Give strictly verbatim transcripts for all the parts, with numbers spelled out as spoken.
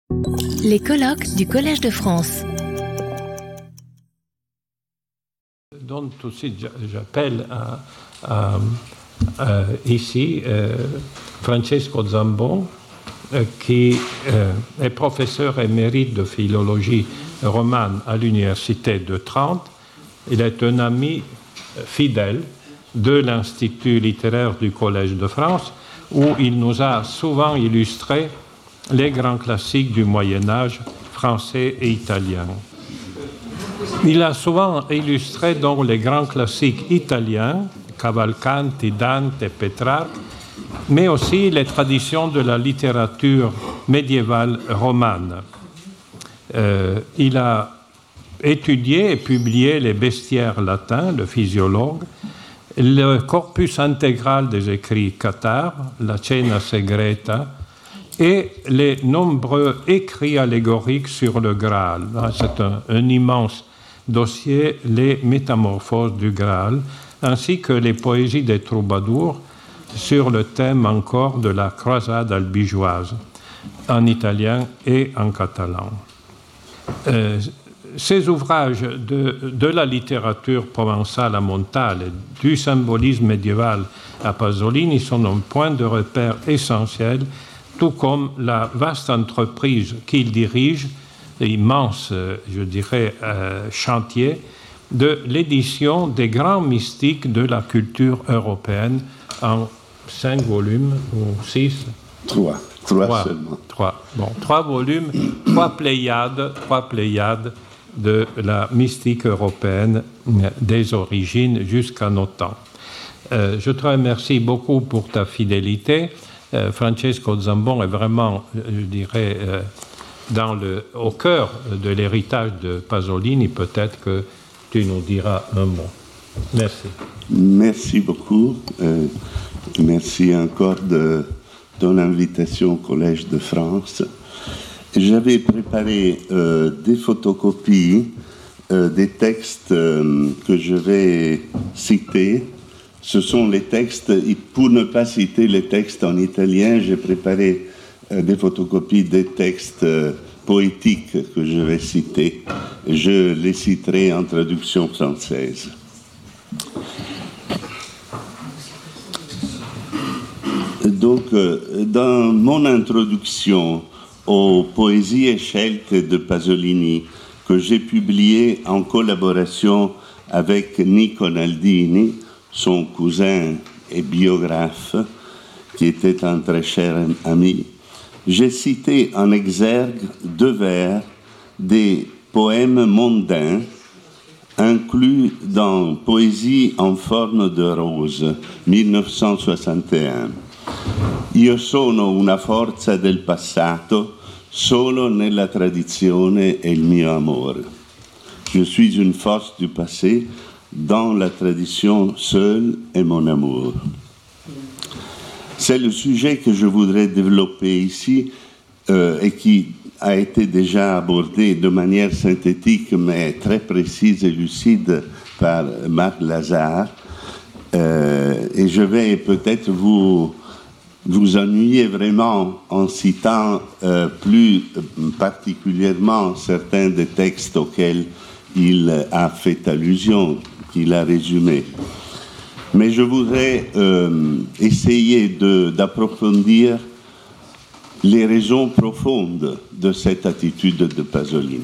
Les colloques du Collège de France. Donc, tout de suite, j'appelle à, à, à, ici euh, Francesco Zambon, euh, qui euh, est professeur émérite de philologie romane à l'Université de Trente. Il est un ami fidèle de l'Institut littéraire du Collège de France, où il nous a souvent illustré les grands classiques du Moyen-Âge français et italien. Il a souvent illustré donc les grands classiques italiens, Cavalcanti, Dante, Pétrarque, mais aussi les traditions de la littérature médiévale romane. Euh, il a étudié et publié les bestiaires latins, le physiologue, le corpus intégral des écrits cathares, la Cena Segreta, et les nombreux écrits allégoriques sur le Graal. C'est un, un immense dossier, les métamorphoses du Graal, ainsi que les poésies des troubadours sur le thème encore de la croisade albigeoise, en italien et en catalan. Euh, ces ouvrages de, de la littérature provençale à Montale et du symbolisme médiéval à Pasolini sont un point de repère essentiel, tout comme la vaste entreprise qu'il dirige, l'immense, je dirais, euh, chantier de l'édition des grands mystiques de la culture européenne en cinq volumes ou six. Trois. Trois, trois seulement. Trois. Bon, trois volumes, trois pléiades, trois pléiades de la mystique européenne des origines jusqu'à nos temps. Euh, je te remercie beaucoup pour ta fidélité. Euh, Francesco Zambon est vraiment, je dirais, euh, dans le, au cœur de l'héritage de Pasolini. Peut-être que tu nous diras un mot. Merci. Merci beaucoup. Euh, merci encore de ton invitation au Collège de France. J'avais préparé euh, des photocopies euh, des textes euh, que je vais citer. Ce sont les textes, pour ne pas citer les textes en italien, j'ai préparé euh, des photocopies des textes euh, poétiques que je vais citer. Je les citerai en traduction française. Donc, euh, dans mon introduction aux poésies scelte de Pasolini, que j'ai publiées en collaboration avec Nico Naldini, son cousin et biographe, qui était un très cher ami, j'ai cité en exergue deux vers des poèmes mondains inclus dans Poésie en forme de rose, dix-neuf cent soixante et un. Io sono una forza del passato, solo nella tradizione è il mio amore. Je suis une force du passé, dans la tradition seule est mon amour. C'est le sujet que je voudrais développer ici euh, et qui a été déjà abordé de manière synthétique mais très précise et lucide par Marc Lazare. Euh, et je vais peut-être vous, vous ennuyer vraiment en citant euh, plus particulièrement certains des textes auxquels il a fait allusion, qu'il a résumé. Mais je voudrais euh, essayer de, d'approfondir les raisons profondes de cette attitude de Pasolini.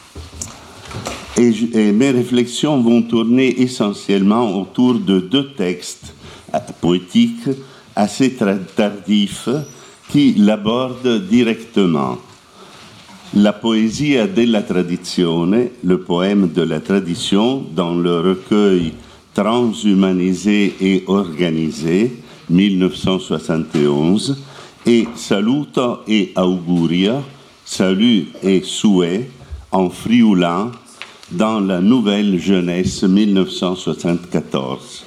Et, et mes réflexions vont tourner essentiellement autour de deux textes poétiques assez tardifs qui l'abordent directement. La Poesia della Tradizione, le poème de la tradition, dans le recueil Transhumanisé et organisé, dix-neuf cent soixante et onze, et Saluto et Auguria, salut et souhait, en friulan, dans la Nouvelle Jeunesse, dix-neuf cent soixante-quatorze.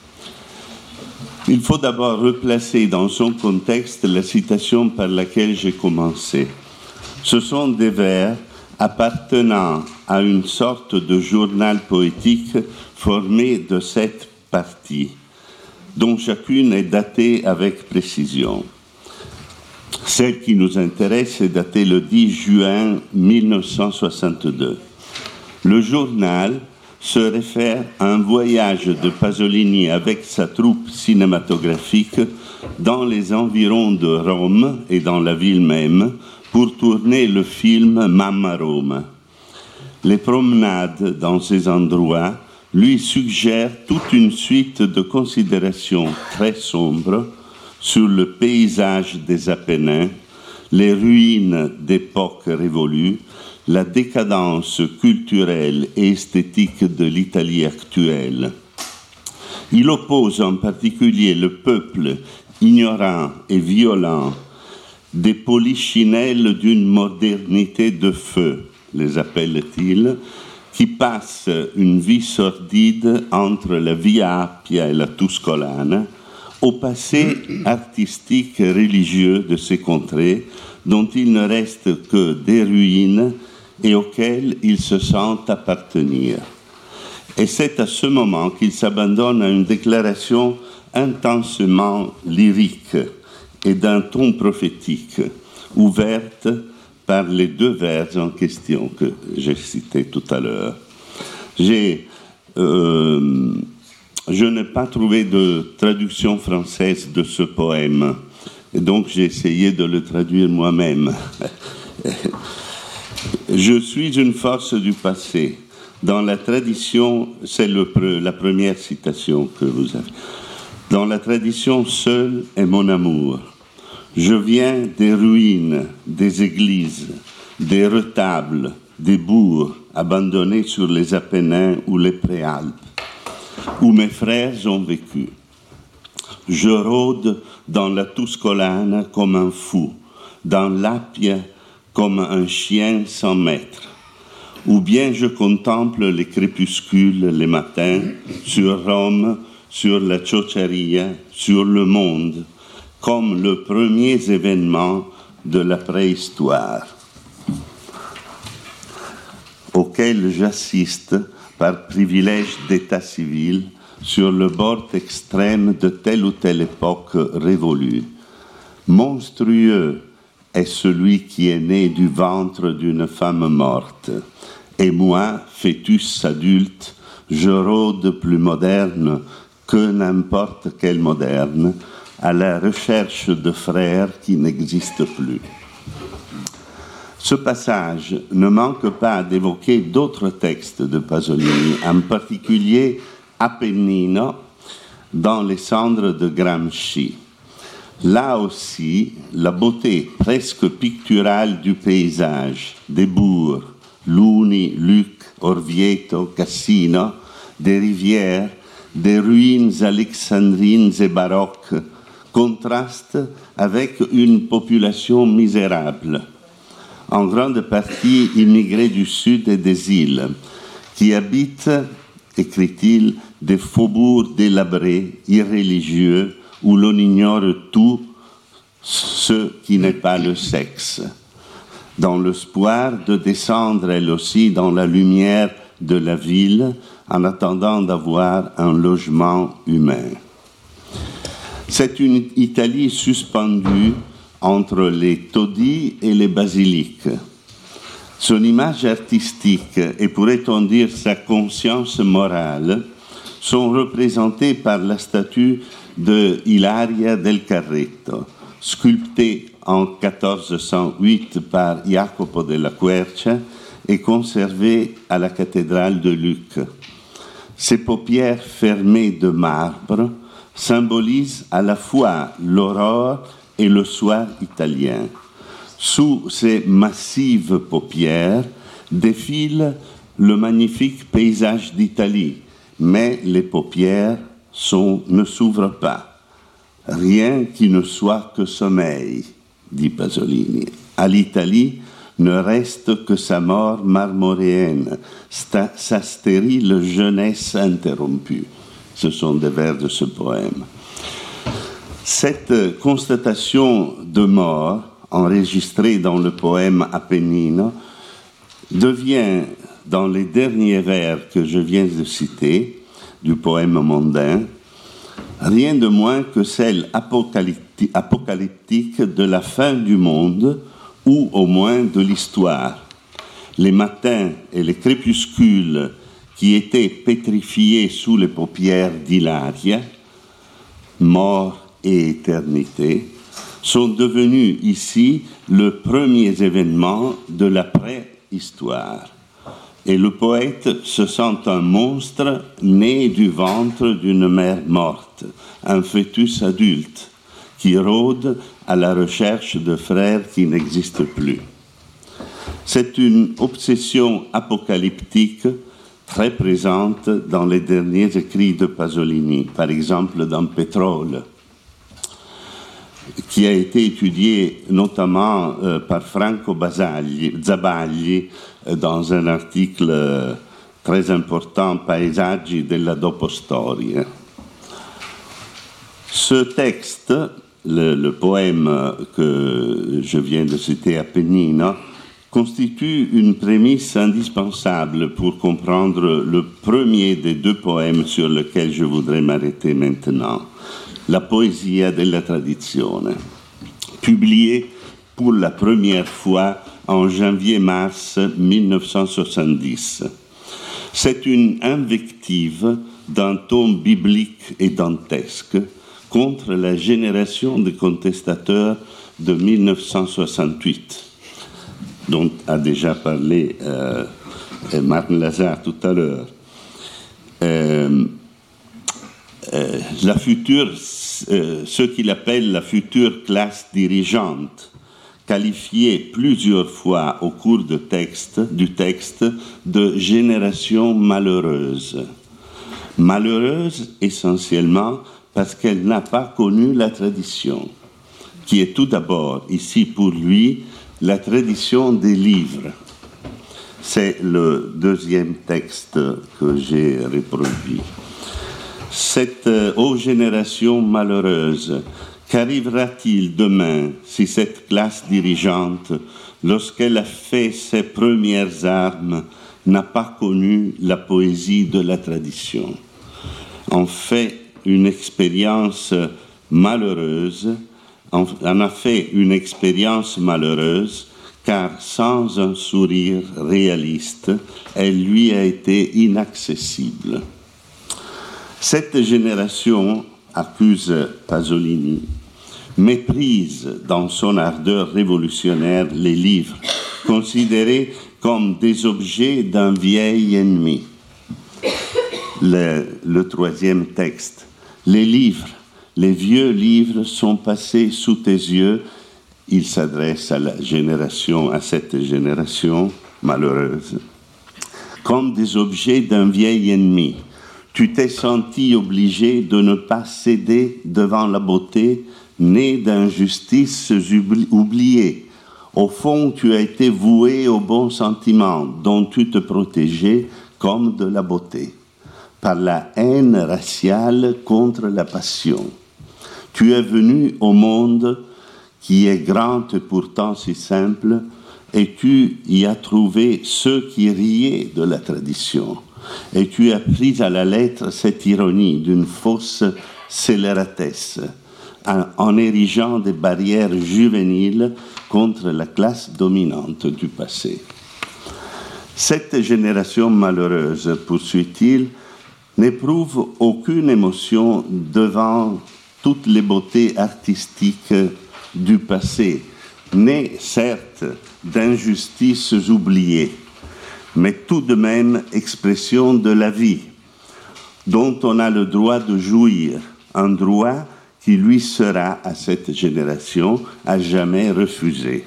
Il faut d'abord replacer dans son contexte la citation par laquelle j'ai commencé. Ce sont des vers appartenant à une sorte de journal poétique formé de sept parties, dont chacune est datée avec précision. Celle qui nous intéresse est datée le dix juin mille neuf cent soixante-deux. Le journal se réfère à un voyage de Pasolini avec sa troupe cinématographique dans les environs de Rome et dans la ville même pour tourner le film Mamma Roma. Les promenades dans ces endroits lui suggèrent toute une suite de considérations très sombres sur le paysage des Apennins, les ruines d'époques révolues, la décadence culturelle et esthétique de l'Italie actuelle. Il oppose en particulier le peuple ignorant et violent des polichinelles d'une modernité de feu, les appelle-t-il, qui passent une vie sordide entre la Via Appia et la Tuscolana, au passé artistique et religieux de ces contrées, dont il ne reste que des ruines et auxquelles il se sent appartenir. Et c'est à ce moment qu'il s'abandonne à une déclaration intensément lyrique et d'un ton prophétique, ouverte par les deux vers en question que j'ai cités tout à l'heure. J'ai, euh, je n'ai pas trouvé de traduction française de ce poème, et donc j'ai essayé de le traduire moi-même. Je suis une force du passé. Dans la tradition, c'est le, la première citation que vous avez. Dans la tradition, seul est mon amour. Je viens des ruines, des églises, des retables, des bourgs abandonnés sur les Apennins ou les Préalpes, où mes frères ont vécu. Je rôde dans la Tuscolana comme un fou, dans l'Appia comme un chien sans maître, ou bien je contemple les crépuscules les matins sur Rome, sur la Ciociaria, sur le monde, comme le premier événement de la préhistoire, auquel j'assiste par privilège d'état civil sur le bord extrême de telle ou telle époque révolue. Monstrueux est celui qui est né du ventre d'une femme morte, et moi, fœtus adulte, je rôde plus moderne que n'importe quel moderne, à la recherche de frères qui n'existent plus. Ce passage ne manque pas d'évoquer d'autres textes de Pasolini, en particulier Appennino, dans les cendres de Gramsci. Là aussi, la beauté presque picturale du paysage, des bourgs, Luni, Luc, Orvieto, Cassino, des rivières, des ruines alexandrines et baroques, contraste avec une population misérable, en grande partie immigrée du Sud et des îles, qui habitent, écrit-il, des faubourgs délabrés, irréligieux, où l'on ignore tout ce qui n'est pas le sexe, dans l'espoir de descendre elle aussi dans la lumière de la ville, en attendant d'avoir un logement humain. C'est une Italie suspendue entre les taudis et les basiliques. Son image artistique, et pourrait-on dire sa conscience morale, sont représentées par la statue de Ilaria del Carretto, sculptée en quatorze cent huit par Jacopo della Quercia et conservée à la cathédrale de Lucques. Ses paupières fermées de marbre symbolisent à la fois l'aurore et le soir italien. Sous ces massives paupières défile le magnifique paysage d'Italie, mais les paupières sont, ne s'ouvrent pas. Rien qui ne soit que sommeil, dit Pasolini. À l'Italie ne reste que sa mort marmoréenne, sa stérile jeunesse interrompue. Ce sont des vers de ce poème. Cette constatation de mort, enregistrée dans le poème Appennino, devient, dans les derniers vers que je viens de citer, du poème mondain, rien de moins que celle apocalyptique apocalyptique de la fin du monde, ou au moins de l'histoire. Les matins et les crépuscules qui étaient pétrifiés sous les paupières d'Hilaria, mort et éternité, sont devenus ici le premier événement de la préhistoire. Et le poète se sent un monstre né du ventre d'une mère morte, un fœtus adulte, qui rôde à la recherche de frères qui n'existent plus. C'est une obsession apocalyptique très présente dans les derniers écrits de Pasolini, par exemple dans Pétrole, qui a été étudié notamment euh, par Franco Basagli, Zabagli euh, dans un article euh, très important, Paesaggi della dopostoria. Ce texte, le, le poème que je viens de citer, Appennino, constitue une prémisse indispensable pour comprendre le premier des deux poèmes sur lesquels je voudrais m'arrêter maintenant, La Poesia della Tradizione, publié pour la première fois en janvier-mars mille neuf cent soixante-dix. C'est une invective d'un ton biblique et dantesque contre la génération de contestateurs de mille neuf cent soixante-huit, dont a déjà parlé euh, Martin Lazare tout à l'heure. Euh, euh, la future, euh, ce qu'il appelle la future classe dirigeante, qualifiée plusieurs fois au cours de texte, du texte de génération malheureuse. Malheureuse essentiellement parce qu'elle n'a pas connu la tradition, qui est tout d'abord, ici pour lui, la tradition des livres. C'est le deuxième texte que j'ai reproduit. Cette euh, ô génération malheureuse, qu'arrivera-t-il demain si cette classe dirigeante, lorsqu'elle a fait ses premières armes, n'a pas connu la poésie de la tradition? En fait une expérience malheureuse, en a fait une expérience malheureuse, car sans un sourire réaliste, elle lui a été inaccessible. Cette génération, accuse Pasolini, méprise dans son ardeur révolutionnaire les livres, considérés comme des objets d'un vieil ennemi. Le, le troisième texte. Les livres, les vieux livres sont passés sous tes yeux. Il s'adresse à la génération, à cette génération malheureuse, comme des objets d'un vieil ennemi. Tu t'es senti obligé de ne pas céder devant la beauté née d'injustices oubliées. Au fond, tu as été voué aux bons sentiments dont tu te protégeais comme de la beauté, par la haine raciale contre la passion. Tu es venu au monde qui est grand et pourtant si simple, et tu y as trouvé ceux qui riaient de la tradition. Et tu as pris à la lettre cette ironie d'une fausse scélératesse, en, en érigeant des barrières juvéniles contre la classe dominante du passé. Cette génération malheureuse, poursuit-il, n'éprouve aucune émotion devant toutes les beautés artistiques du passé, nées certes d'injustices oubliées, mais tout de même expression de la vie, dont on a le droit de jouir, un droit qui lui sera, à cette génération, à jamais refusé.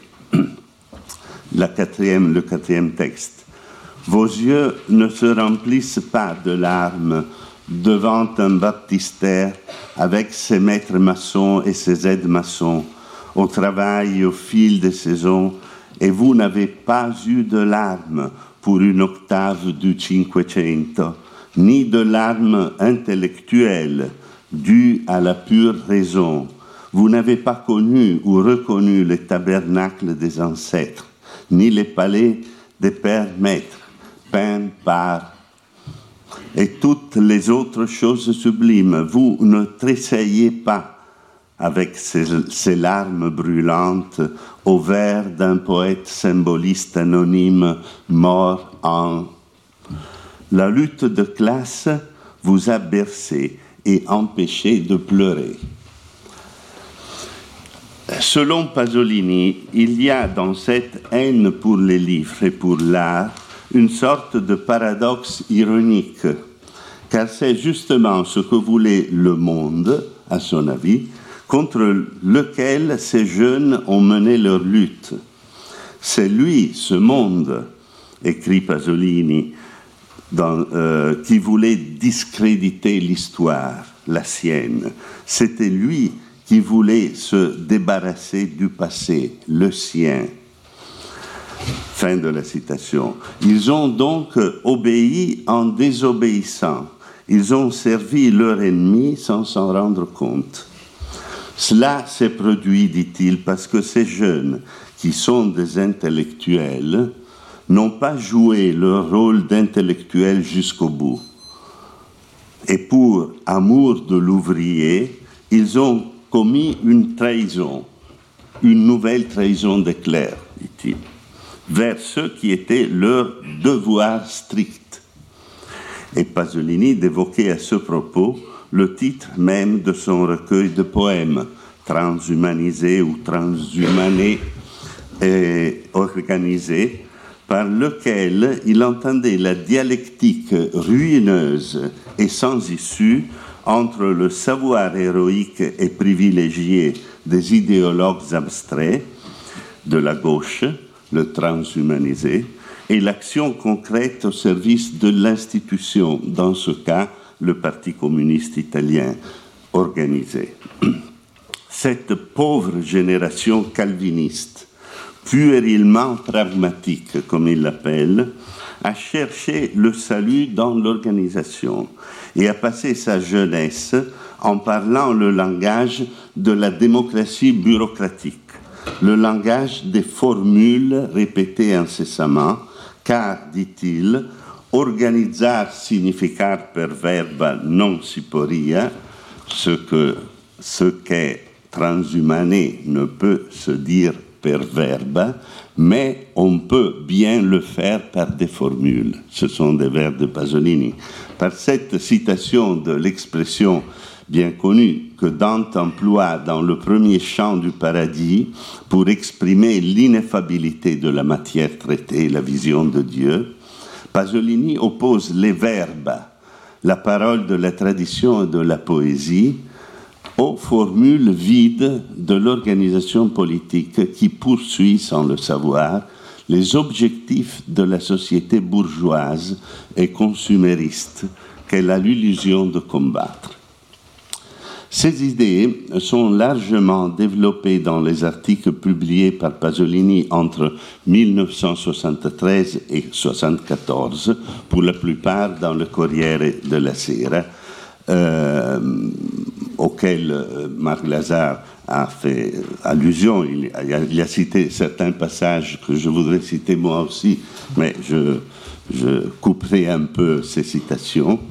La quatrième, le quatrième texte. Vos yeux ne se remplissent pas de larmes devant un baptistère avec ses maîtres maçons et ses aides maçons, au travail au fil des saisons, et vous n'avez pas eu de larmes pour une octave du Cinquecento, ni de larmes intellectuelles dues à la pure raison. Vous n'avez pas connu ou reconnu les tabernacles des ancêtres, ni les palais des pères maîtres, peints par et toutes les autres choses sublimes. Vous ne tressaillez pas avec ses, ses larmes brûlantes au vers d'un poète symboliste anonyme mort en... La lutte de classe vous a bercé et empêché de pleurer. Selon Pasolini, il y a dans cette haine pour les livres et pour l'art une sorte de paradoxe ironique, car c'est justement ce que voulait le monde, à son avis, contre lequel ces jeunes ont mené leur lutte. C'est lui, ce monde, écrit Pasolini, dans, euh, qui voulait discréditer l'histoire, la sienne. C'était lui qui voulait se débarrasser du passé, le sien. Fin de la citation. Ils ont donc obéi en désobéissant. Ils ont servi leur ennemi sans s'en rendre compte. Cela s'est produit, dit-il, parce que ces jeunes, qui sont des intellectuels, n'ont pas joué leur rôle d'intellectuel jusqu'au bout. Et pour amour de l'ouvrier, ils ont commis une trahison, une nouvelle trahison de clerc, dit-il, vers ceux qui étaient leur devoir strict. Et Pasolini d'évoquer à ce propos le titre même de son recueil de poèmes, Transhumanisé ou Transhumané et organisé, par lequel il entendait la dialectique ruineuse et sans issue entre le savoir héroïque et privilégié des idéologues abstraits de la gauche, le transhumanisé, et l'action concrète au service de l'institution, dans ce cas, le Parti communiste italien organisé. Cette pauvre génération calviniste, puérilement pragmatique, comme il l'appelle, a cherché le salut dans l'organisation et a passé sa jeunesse en parlant le langage de la démocratie bureaucratique, le langage des formules répétées incessamment, car, dit-il, organizar significar per verba non si poria, ce que ce qu'est transhumané ne peut se dire per verba, mais on peut bien le faire par des formules. Ce sont des vers de Pasolini. Par cette citation de l'expression bien connue que Dante emploie dans le premier chant du paradis pour exprimer l'ineffabilité de la matière traitée, la vision de Dieu, Pasolini oppose les verbes, la parole de la tradition et de la poésie, aux formules vides de l'organisation politique qui poursuit, sans le savoir, les objectifs de la société bourgeoise et consumériste qu'elle a l'illusion de combattre. Ces idées sont largement développées dans les articles publiés par Pasolini entre mille neuf cent soixante-treize et mille neuf cent soixante-quatorze, pour la plupart dans le Corriere della Sera, euh, auquel euh, Marc Lazare a fait allusion. Il a, il a cité certains passages que je voudrais citer moi aussi, mais je, je couperai un peu ces citations.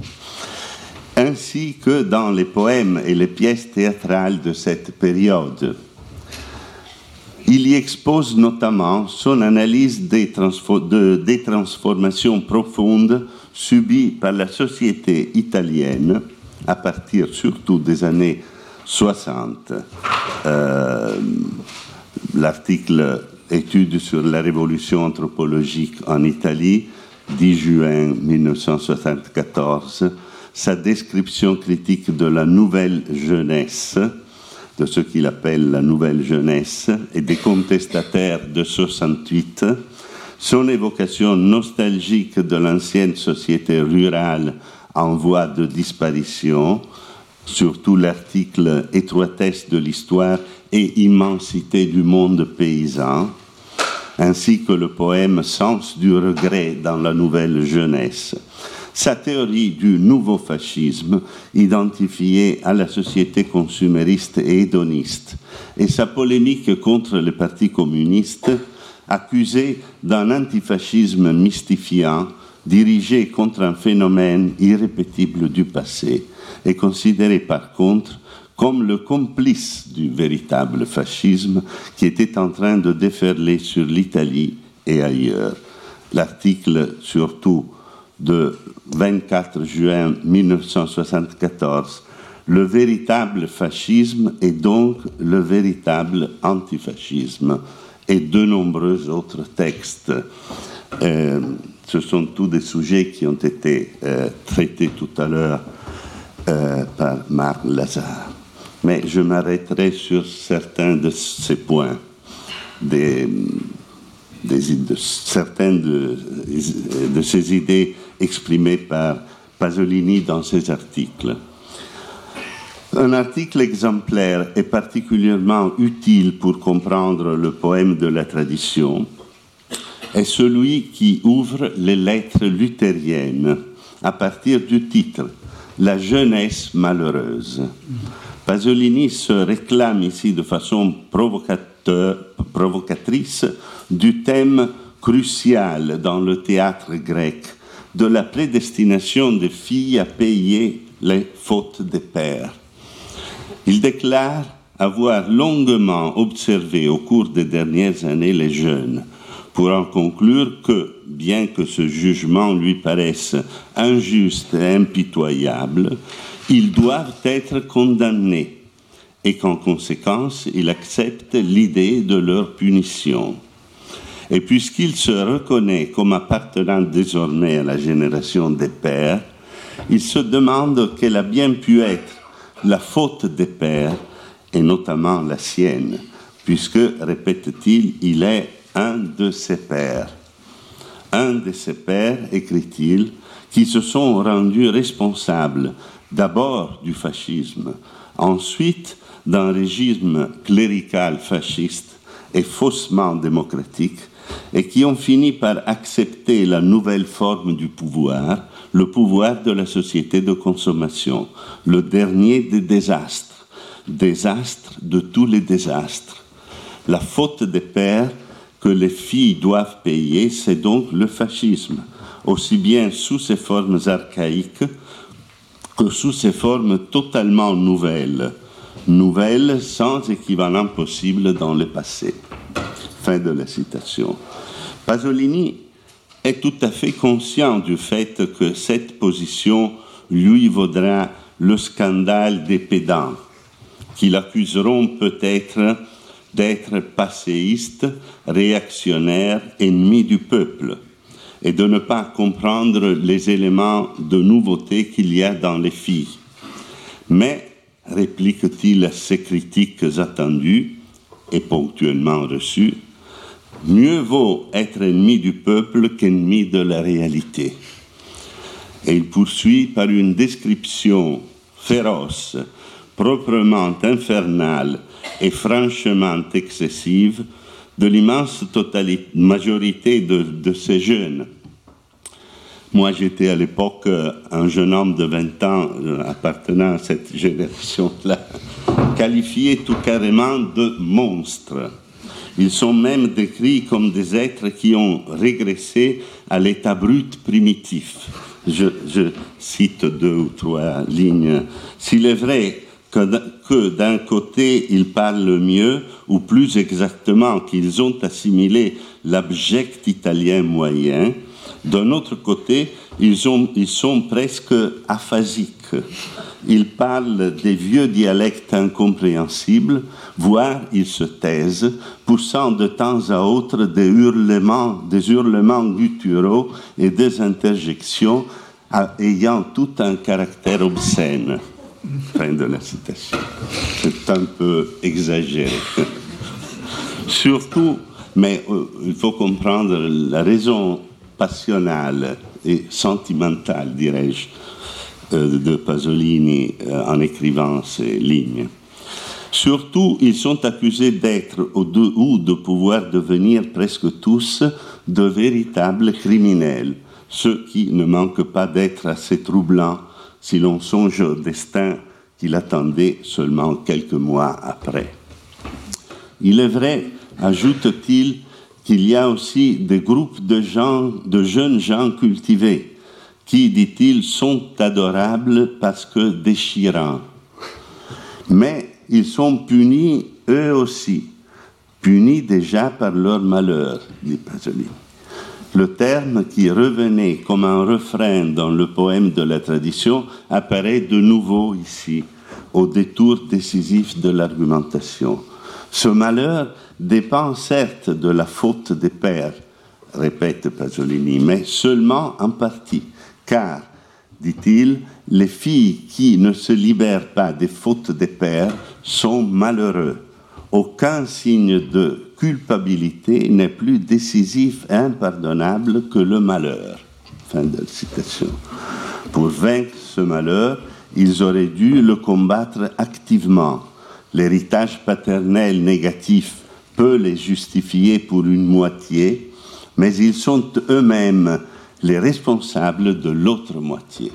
Ainsi que dans les poèmes et les pièces théâtrales de cette période. Il y expose notamment son analyse des, transfo- de, des transformations profondes subies par la société italienne à partir surtout des années soixante. Euh, l'article « Études sur la révolution anthropologique en Italie », dix juin mille neuf cent soixante-quatorze, sa description critique de la nouvelle jeunesse, de ce qu'il appelle la nouvelle jeunesse, et des contestataires de soixante-huit, son évocation nostalgique de l'ancienne société rurale en voie de disparition, surtout l'article « Étroitesse de l'histoire et immensité du monde paysan », ainsi que le poème « Sens du regret dans la nouvelle jeunesse ». Sa théorie du nouveau fascisme, identifiée à la société consumériste et hédoniste, et sa polémique contre le Parti communiste, accusé d'un antifascisme mystifiant, dirigé contre un phénomène irrépétible du passé, et considéré par contre comme le complice du véritable fascisme qui était en train de déferler sur l'Italie et ailleurs. L'article surtout de vingt-quatre juin mille neuf cent soixante-quatorze, le véritable fascisme est donc le véritable antifascisme, et de nombreux autres textes. Euh, ce sont tous des sujets qui ont été euh, traités tout à l'heure euh, par Marc Lazare. Mais je m'arrêterai sur certains de ces points, des, des, de, certaines de, de ces idées exprimées par Pasolini dans ses articles. Un article exemplaire est particulièrement utile pour comprendre le poème de la tradition, est celui qui ouvre les lettres luthériennes à partir du titre « La jeunesse malheureuse ». Pasolini se réclame ici de façon provocatrice du thème crucial dans le théâtre grec de la prédestination des filles à payer les fautes des pères. Il déclare avoir longuement observé au cours des dernières années les jeunes, pour en conclure que, bien que ce jugement lui paraisse injuste et impitoyable, ils doivent être condamnés et qu'en conséquence, il accepte l'idée de leur punition. Et puisqu'il se reconnaît comme appartenant désormais à la génération des pères, il se demande quelle a bien pu être la faute des pères, et notamment la sienne, puisque, répète-t-il, il est un de ses pères. Un de ses pères, écrit-il, qui se sont rendus responsables d'abord du fascisme, ensuite d'un régime clérical fasciste et faussement démocratique, et qui ont fini par accepter la nouvelle forme du pouvoir, le pouvoir de la société de consommation, le dernier des désastres, désastre de tous les désastres. La faute des pères que les filles doivent payer, c'est donc le fascisme, aussi bien sous ses formes archaïques que sous ses formes totalement nouvelles, nouvelles sans équivalent possible dans le passé. Fin de la citation. Pasolini est tout à fait conscient du fait que cette position lui vaudra le scandale des pédants, qui l'accuseront peut-être d'être passéiste, réactionnaire, ennemi du peuple, et de ne pas comprendre les éléments de nouveauté qu'il y a dans les filles. Mais, réplique-t-il à ces critiques attendues et ponctuellement reçues, mieux vaut être ennemi du peuple qu'ennemi de la réalité. Et il poursuit par une description féroce, proprement infernale et franchement excessive de l'immense totalité, majorité de, de ces jeunes. Moi, j'étais à l'époque un jeune homme de vingt ans appartenant à cette génération-là, qualifié tout carrément de monstres. Ils sont même décrits comme des êtres qui ont régressé à l'état brut primitif. Je, je cite deux ou trois lignes. S'il est vrai que, que d'un côté, ils parlent mieux, ou plus exactement qu'ils ont assimilé l'abject italien moyen, d'un autre côté, ils, ont, ils sont presque aphasiques. Ils parlent des vieux dialectes incompréhensibles, voire ils se taisent, poussant de temps à autre des hurlements, des hurlements gutturaux et des interjections ayant tout un caractère obscène. Fin de la citation. C'est un peu exagéré. Surtout, mais euh, il faut comprendre la raison passionnelle et sentimentale, dirais-je, euh, de Pasolini euh, en écrivant ces lignes. Surtout, ils sont accusés d'être ou de, ou de pouvoir devenir presque tous de véritables criminels, ceux qui ne manquent pas d'être assez troublants si l'on songe au destin qui l'attendait seulement quelques mois après. Il est vrai, ajoute-t-il, qu'il y a aussi des groupes de gens, de jeunes gens cultivés, qui, dit-il, sont adorables parce que déchirants. Mais ils sont punis eux aussi, punis déjà par leur malheur, dit Pasolini. Le terme qui revenait comme un refrain dans le poème de la tradition apparaît de nouveau ici, au détour décisif de l'argumentation. Ce malheur dépend certes de la faute des pères, répète Pasolini, mais seulement en partie, car, dit-il, les filles qui ne se libèrent pas des fautes des pères sont malheureux. Aucun signe de culpabilité n'est plus décisif et impardonnable que le malheur. Fin de la citation. Pour vaincre ce malheur, ils auraient dû le combattre activement. L'héritage paternel négatif peut les justifier pour une moitié, mais ils sont eux-mêmes les responsables de l'autre moitié.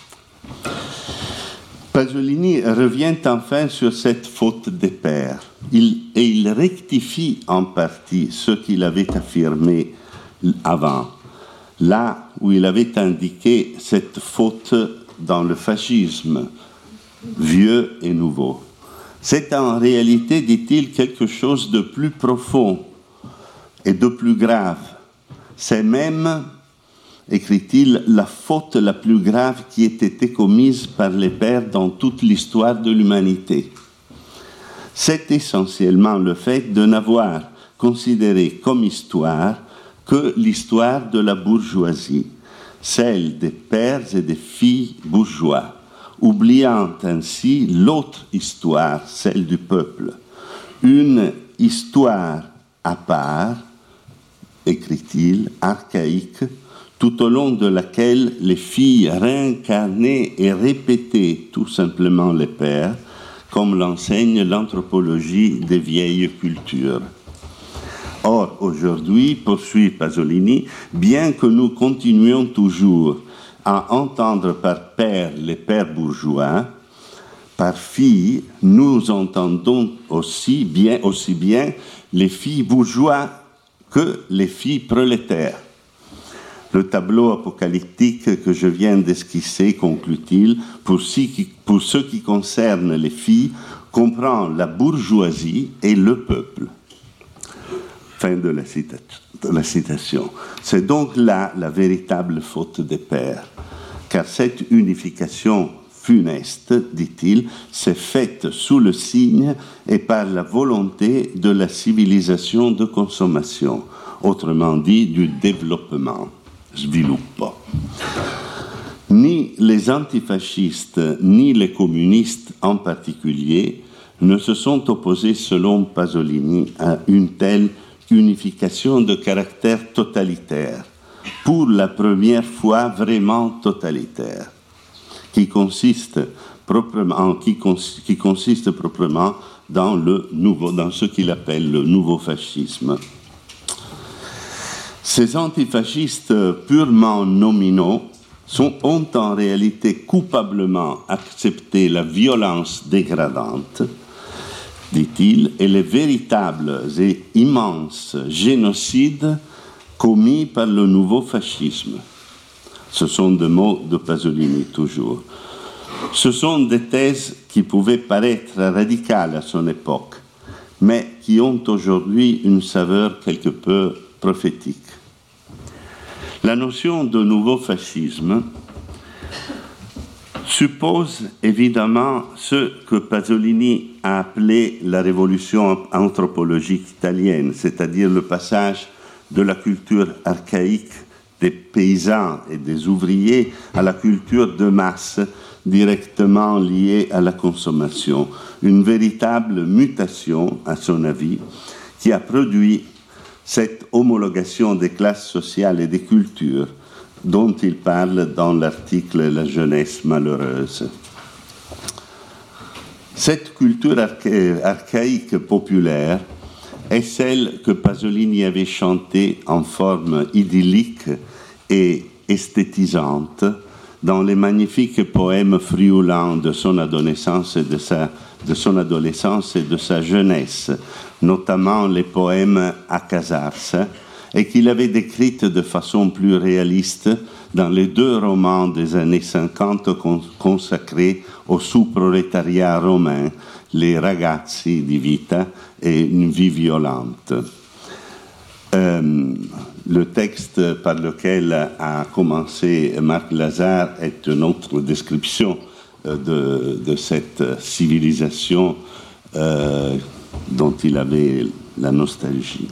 Pasolini revient enfin sur cette faute des pères il, et il rectifie en partie ce qu'il avait affirmé avant, là où il avait indiqué cette faute dans le fascisme, vieux et nouveau. C'est en réalité, dit-il, quelque chose de plus profond et de plus grave. C'est même, écrit-il, la faute la plus grave qui ait été commise par les pères dans toute l'histoire de l'humanité. C'est essentiellement le fait de n'avoir considéré comme histoire que l'histoire de la bourgeoisie, celle des pères et des filles bourgeois, oubliant ainsi l'autre histoire, celle du peuple. Une histoire à part, écrit-il, archaïque, tout au long de laquelle les filles réincarnaient et répétaient tout simplement les pères, comme l'enseigne l'anthropologie des vieilles cultures. Or, aujourd'hui, poursuit Pasolini, bien que nous continuions toujours à entendre par père les pères bourgeois, par filles, nous entendons aussi bien, aussi bien les filles bourgeois que les filles prolétaires. Le tableau apocalyptique que je viens d'esquisser, conclut-il, pour ce qui, pour ce qui concerne les filles, comprend la bourgeoisie et le peuple. Fin de la, cita- de la citation. C'est donc là la véritable faute des pères, car cette unification funeste, dit-il, s'est faite sous le signe et par la volonté de la civilisation de consommation, autrement dit du développement. Sviluppo. Ni les antifascistes, ni les communistes en particulier ne se sont opposés, selon Pasolini, à une telle unification de caractère totalitaire, pour la première fois vraiment totalitaire, qui consiste proprement, qui, cons, qui consiste proprement dans, le nouveau, dans ce qu'il appelle le nouveau fascisme. Ces antifascistes purement nominaux sont, ont en réalité coupablement accepté la violence dégradante, dit-il, et les véritables et immenses génocides commis par le nouveau fascisme. Ce sont des mots de Pasolini, toujours. Ce sont des thèses qui pouvaient paraître radicales à son époque, mais qui ont aujourd'hui une saveur quelque peu prophétique. La notion de nouveau fascisme suppose évidemment ce que Pasolini a appelé la révolution anthropologique italienne, c'est-à-dire le passage de la culture archaïque des paysans et des ouvriers à la culture de masse directement liée à la consommation. Une véritable mutation, à son avis, qui a produit cette homologation des classes sociales et des cultures dont il parle dans l'article « La jeunesse malheureuse ». Cette culture archa- archaïque populaire est celle que Pasolini avait chantée en forme idyllique et esthétisante dans les magnifiques poèmes friulants de son adolescence et de sa, de son adolescence et de sa jeunesse, notamment les poèmes A Casarsa et qu'il avait décrite de façon plus réaliste dans les deux romans des années cinquante consacrés au sous-prolétariat romain, Les ragazzi di vita et Une vie violente. Euh, le texte par lequel a commencé Marc Lazare est une autre description de, de cette civilisation euh, dont il avait la nostalgie.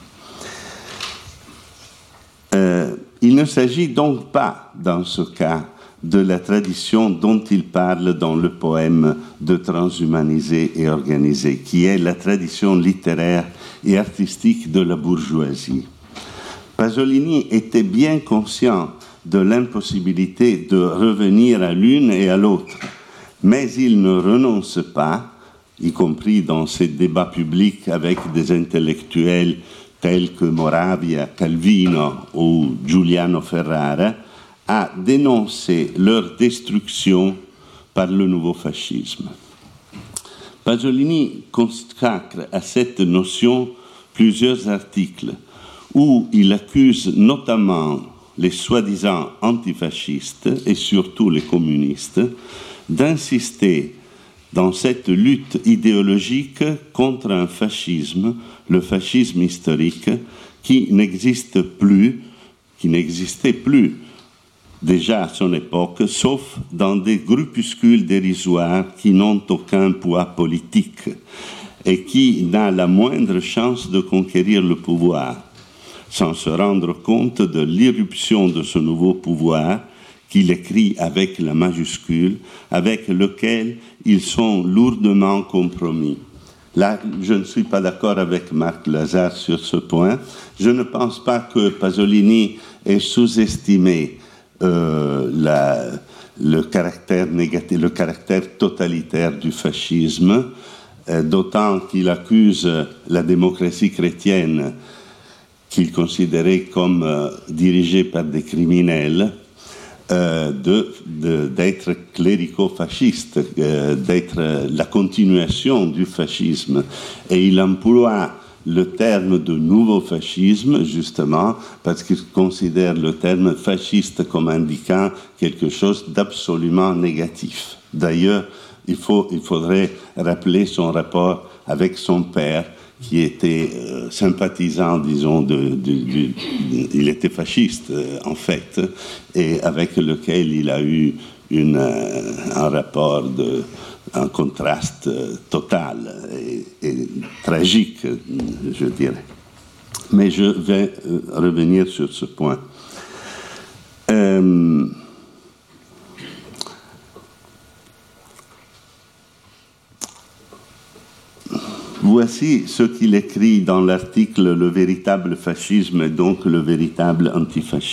Euh, il ne s'agit donc pas, dans ce cas, de la tradition dont il parle dans le poème de Transhumaniser et organiser, qui est la tradition littéraire et artistique de la bourgeoisie. Pasolini était bien conscient de l'impossibilité de revenir à l'une et à l'autre, mais il ne renonce pas, y compris dans ses débats publics avec des intellectuels tels que Moravia, Calvino ou Giuliano Ferrara, à dénoncer leur destruction par le nouveau fascisme. Pasolini consacre à cette notion plusieurs articles où il accuse notamment les soi-disant antifascistes et surtout les communistes d'insister dans cette lutte idéologique contre un fascisme, le fascisme historique, qui n'existe plus, qui n'existait plus déjà à son époque, sauf dans des groupuscules dérisoires qui n'ont aucun poids politique et qui n'a la moindre chance de conquérir le pouvoir, sans se rendre compte de l'irruption de ce nouveau pouvoir qu'il écrit avec la majuscule, avec lequel ils sont lourdement compromis. Là, je ne suis pas d'accord avec Marc Lazare sur ce point. Je ne pense pas que Pasolini ait sous-estimé euh, la, le caractère négatif, le caractère totalitaire du fascisme, euh, d'autant qu'il accuse la démocratie chrétienne qu'il considérait comme euh, dirigée par des criminels, euh, de, de, d'être clérico-fasciste, euh, d'être la continuation du fascisme. Et il emploie le terme de nouveau fascisme, justement, parce qu'il considère le terme fasciste comme indiquant quelque chose d'absolument négatif. D'ailleurs, il, faut, il faudrait rappeler son rapport avec son père, qui était euh, sympathisant, disons, de, de, de, de, il était fasciste, euh, en fait, et avec lequel il a eu une, euh, un rapport, de, un contraste euh, total et, et tragique, je dirais. Mais je vais euh, revenir sur ce point. Euh, Voici ce qu'il écrit dans l'article « Le véritable fascisme et donc le véritable antifascisme ».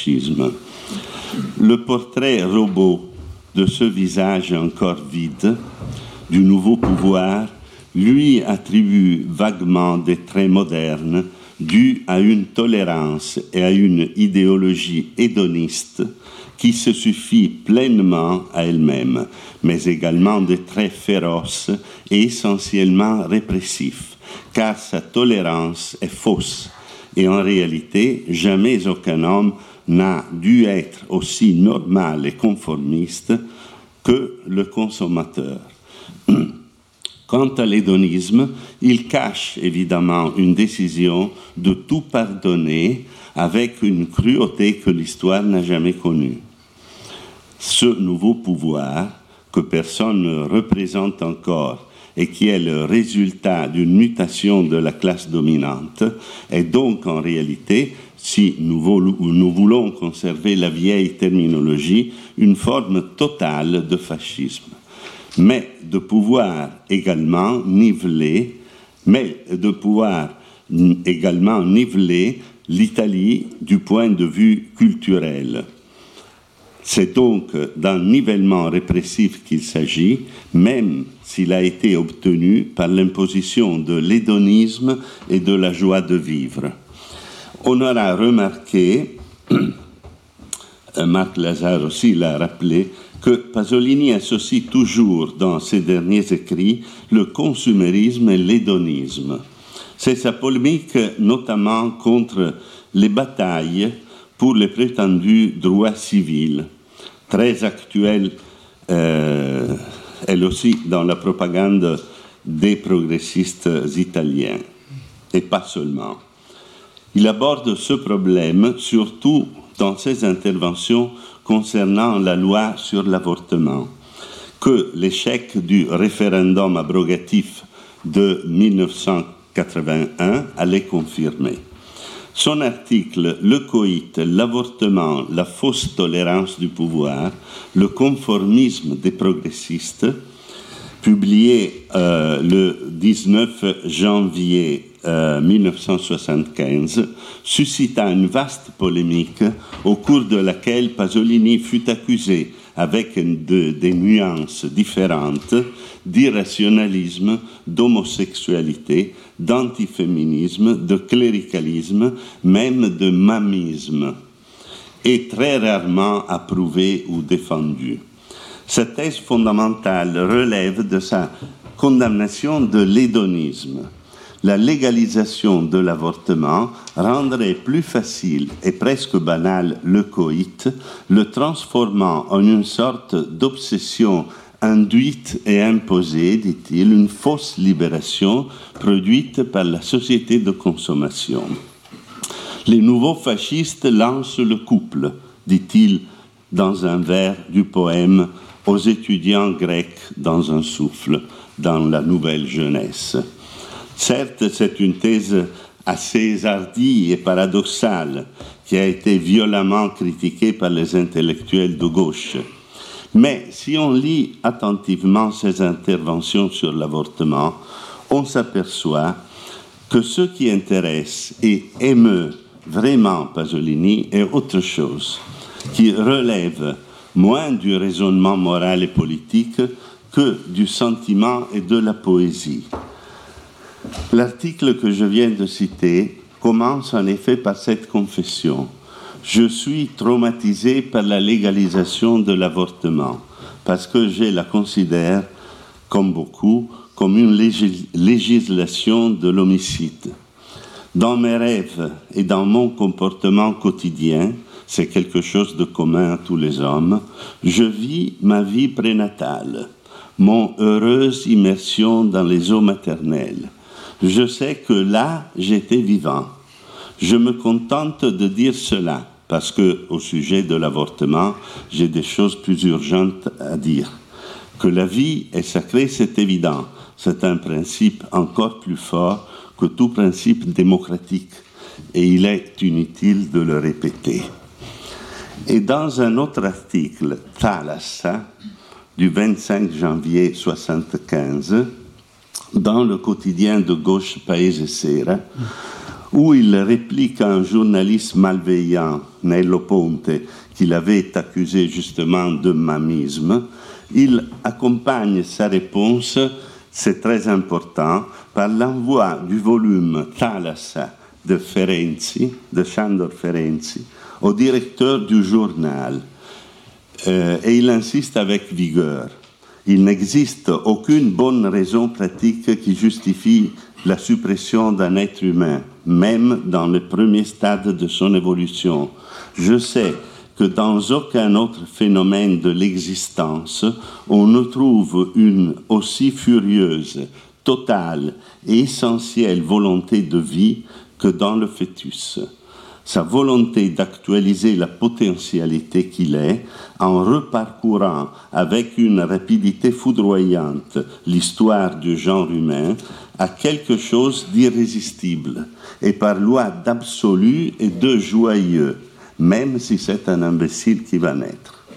Le portrait robot de ce visage encore vide, du nouveau pouvoir, lui attribue vaguement des traits modernes dus à une tolérance et à une idéologie hédoniste qui se suffit pleinement à elle-même, mais également des traits féroces et essentiellement répressifs, car sa tolérance est fausse, et en réalité, jamais aucun homme n'a dû être aussi normal et conformiste que le consommateur. Quant à l'hédonisme, il cache évidemment une décision de tout pardonner avec une cruauté que l'histoire n'a jamais connue. Ce nouveau pouvoir, que personne ne représente encore et qui est le résultat d'une mutation de la classe dominante, est donc en réalité, si nous voulons conserver la vieille terminologie, une forme totale de fascisme, mais de pouvoir également niveler, mais de pouvoir également niveler l'Italie du point de vue culturel. C'est donc d'un nivellement répressif qu'il s'agit, même s'il a été obtenu par l'imposition de l'hédonisme et de la joie de vivre. On aura remarqué, Marc Lazare aussi l'a rappelé, que Pasolini associe toujours dans ses derniers écrits le consumérisme et l'hédonisme. C'est sa polémique notamment contre les batailles pour les prétendus droits civils, très actuelles, euh, elle aussi, dans la propagande des progressistes italiens, et pas seulement. Il aborde ce problème surtout dans ses interventions concernant la loi sur l'avortement, que l'échec du référendum abrogatif de mille neuf cent quatre-vingt-un allait confirmer. Son article « Le coït, l'avortement, la fausse tolérance du pouvoir, le conformisme des progressistes », publié euh, le dix-neuf janvier euh, mille neuf cent soixante-quinze, suscita une vaste polémique au cours de laquelle Pasolini fut accusé, avec de, des nuances différentes, d'irrationalisme, d'homosexualité, d'antiféminisme, de cléricalisme, même de mamisme, et très rarement approuvé ou défendu. Sa thèse fondamentale relève de sa condamnation de l'hédonisme. La légalisation de l'avortement rendrait plus facile et presque banal le coït, le transformant en une sorte d'obsession induite et imposée, dit-il, une fausse libération produite par la société de consommation. Les nouveaux fascistes lancent le couple, dit-il dans un vers du poème aux étudiants grecs dans un souffle, dans la Nouvelle Jeunesse. Certes, c'est une thèse assez hardie et paradoxale qui a été violemment critiquée par les intellectuels de gauche. Mais si on lit attentivement ses interventions sur l'avortement, on s'aperçoit que ce qui intéresse et émeut vraiment Pasolini est autre chose, qui relève moins du raisonnement moral et politique que du sentiment et de la poésie. L'article que je viens de citer commence en effet par cette confession. Je suis traumatisé par la légalisation de l'avortement parce que je la considère, comme beaucoup, comme une légis- législation de l'homicide. Dans mes rêves et dans mon comportement quotidien, c'est quelque chose de commun à tous les hommes, je vis ma vie prénatale, mon heureuse immersion dans les eaux maternelles. Je sais que là, j'étais vivant. Je me contente de dire cela, parce que, au sujet de l'avortement, j'ai des choses plus urgentes à dire. Que la vie est sacrée, c'est évident. C'est un principe encore plus fort que tout principe démocratique, et il est inutile de le répéter. Et dans un autre article, Thalassa, du vingt-cinq janvier mille neuf cent soixante-quinze, dans le quotidien de gauche Paese Sera, où il réplique à un journaliste malveillant, Nello Ponte, qu'il avait accusé justement de mamisme, il accompagne sa réponse, c'est très important, par l'envoi du volume Thalassa de Ferenczi, de Sándor Ferenczi, au directeur du journal. Euh, et il insiste avec vigueur. Il n'existe aucune bonne raison pratique qui justifie la suppression d'un être humain, même dans le premier stade de son évolution. Je sais que dans aucun autre phénomène de l'existence, on ne trouve une aussi furieuse, totale et essentielle volonté de vie que dans le fœtus. Sa volonté d'actualiser la potentialité qu'il est en reparcourant avec une rapidité foudroyante l'histoire du genre humain a quelque chose d'irrésistible et par loi d'absolu et de joyeux, même si c'est un imbécile qui va naître.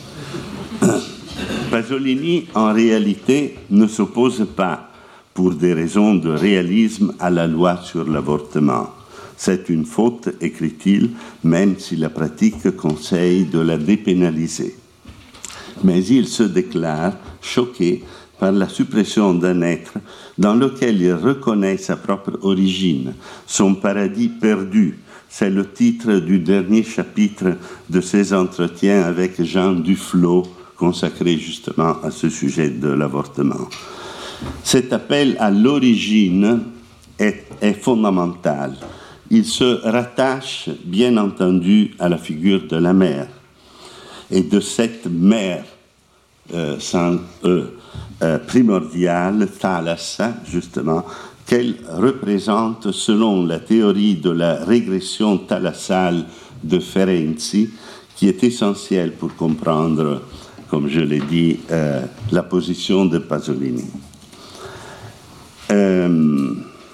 Pasolini, en réalité, ne s'oppose pas, pour des raisons de réalisme, à la loi sur l'avortement. C'est une faute, écrit-il, même si la pratique conseille de la dépénaliser. Mais il se déclare choqué par la suppression d'un être dans lequel il reconnaît sa propre origine, son paradis perdu. C'est le titre du dernier chapitre de ses entretiens avec Jean Duflo, consacré justement à ce sujet de l'avortement. Cet appel à l'origine est, est fondamental, il se rattache bien entendu à la figure de la mère, et de cette mère euh, sans E euh, primordiale, thalassa, justement, qu'elle représente selon la théorie de la régression thalassale de Ferenczi, qui est essentielle pour comprendre, comme je l'ai dit, euh, la position de Pasolini. Euh,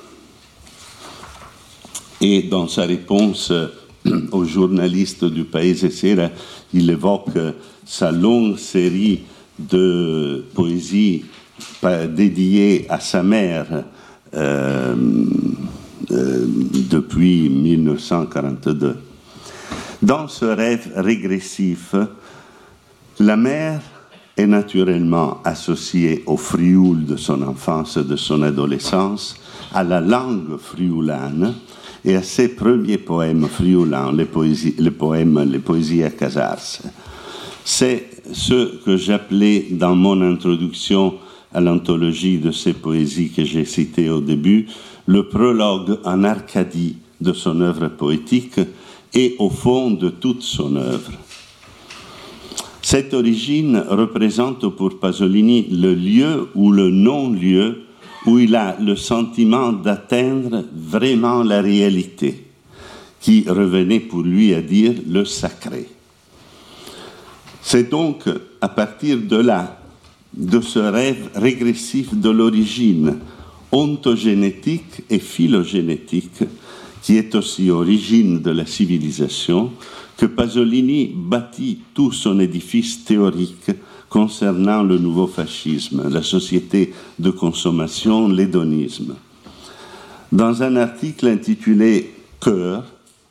et dans sa réponse aux journalistes du Paese Sera, il évoque sa longue série de poésies dédiées à sa mère euh, euh, depuis mille neuf cent quarante-deux. Dans ce rêve régressif, la mère est naturellement associée au frioul de son enfance et de son adolescence, à la langue frioulane et à ses premiers poèmes frioulans, les, poésies, les poèmes, les poésies à casarse. C'est ce que j'appelais dans mon introduction à l'anthologie de ces poésies que j'ai citées au début, le prologue en Arcadie de son œuvre poétique et au fond de toute son œuvre. Cette origine représente pour Pasolini le lieu ou le non-lieu où il a le sentiment d'atteindre vraiment la réalité, qui revenait pour lui à dire le sacré. C'est donc à partir de là, de ce rêve régressif de l'origine ontogénétique et phylogénétique, qui est aussi origine de la civilisation, que Pasolini bâtit tout son édifice théorique concernant le nouveau fascisme, la société de consommation, l'hédonisme. Dans un article intitulé « Cœur »,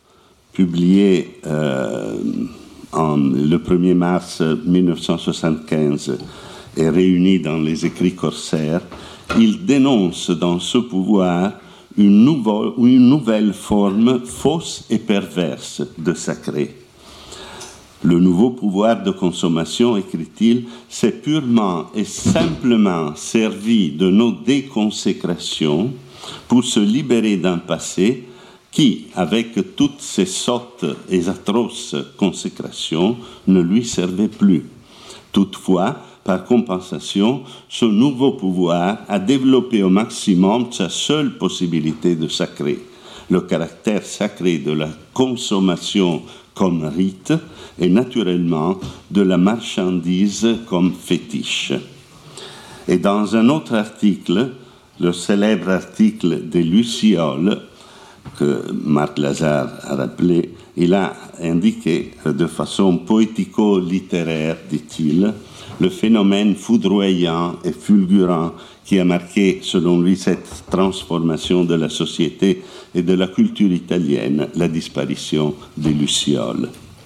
publié euh, en, le premier mars mille neuf cent soixante-quinze et réuni dans les écrits corsaires, il dénonce dans ce pouvoir une nouvelle, une nouvelle forme fausse et perverse de sacré. Le nouveau pouvoir de consommation, écrit-il, s'est purement et simplement servi de nos déconsécrations pour se libérer d'un passé qui, avec toutes ses sottes et atroces consécrations, ne lui servait plus. Toutefois, par compensation, ce nouveau pouvoir a développé au maximum sa seule possibilité de sacré, le caractère sacré de la consommation comme rite et naturellement de la marchandise comme fétiche. Et dans un autre article, le célèbre article des Lucioles, que Marc Lazare a rappelé, il a indiqué de façon poético-littéraire, dit-il, le phénomène foudroyant et fulgurant qui a marqué, selon lui, cette transformation de la société et de la culture italienne, la disparition des Lucioles.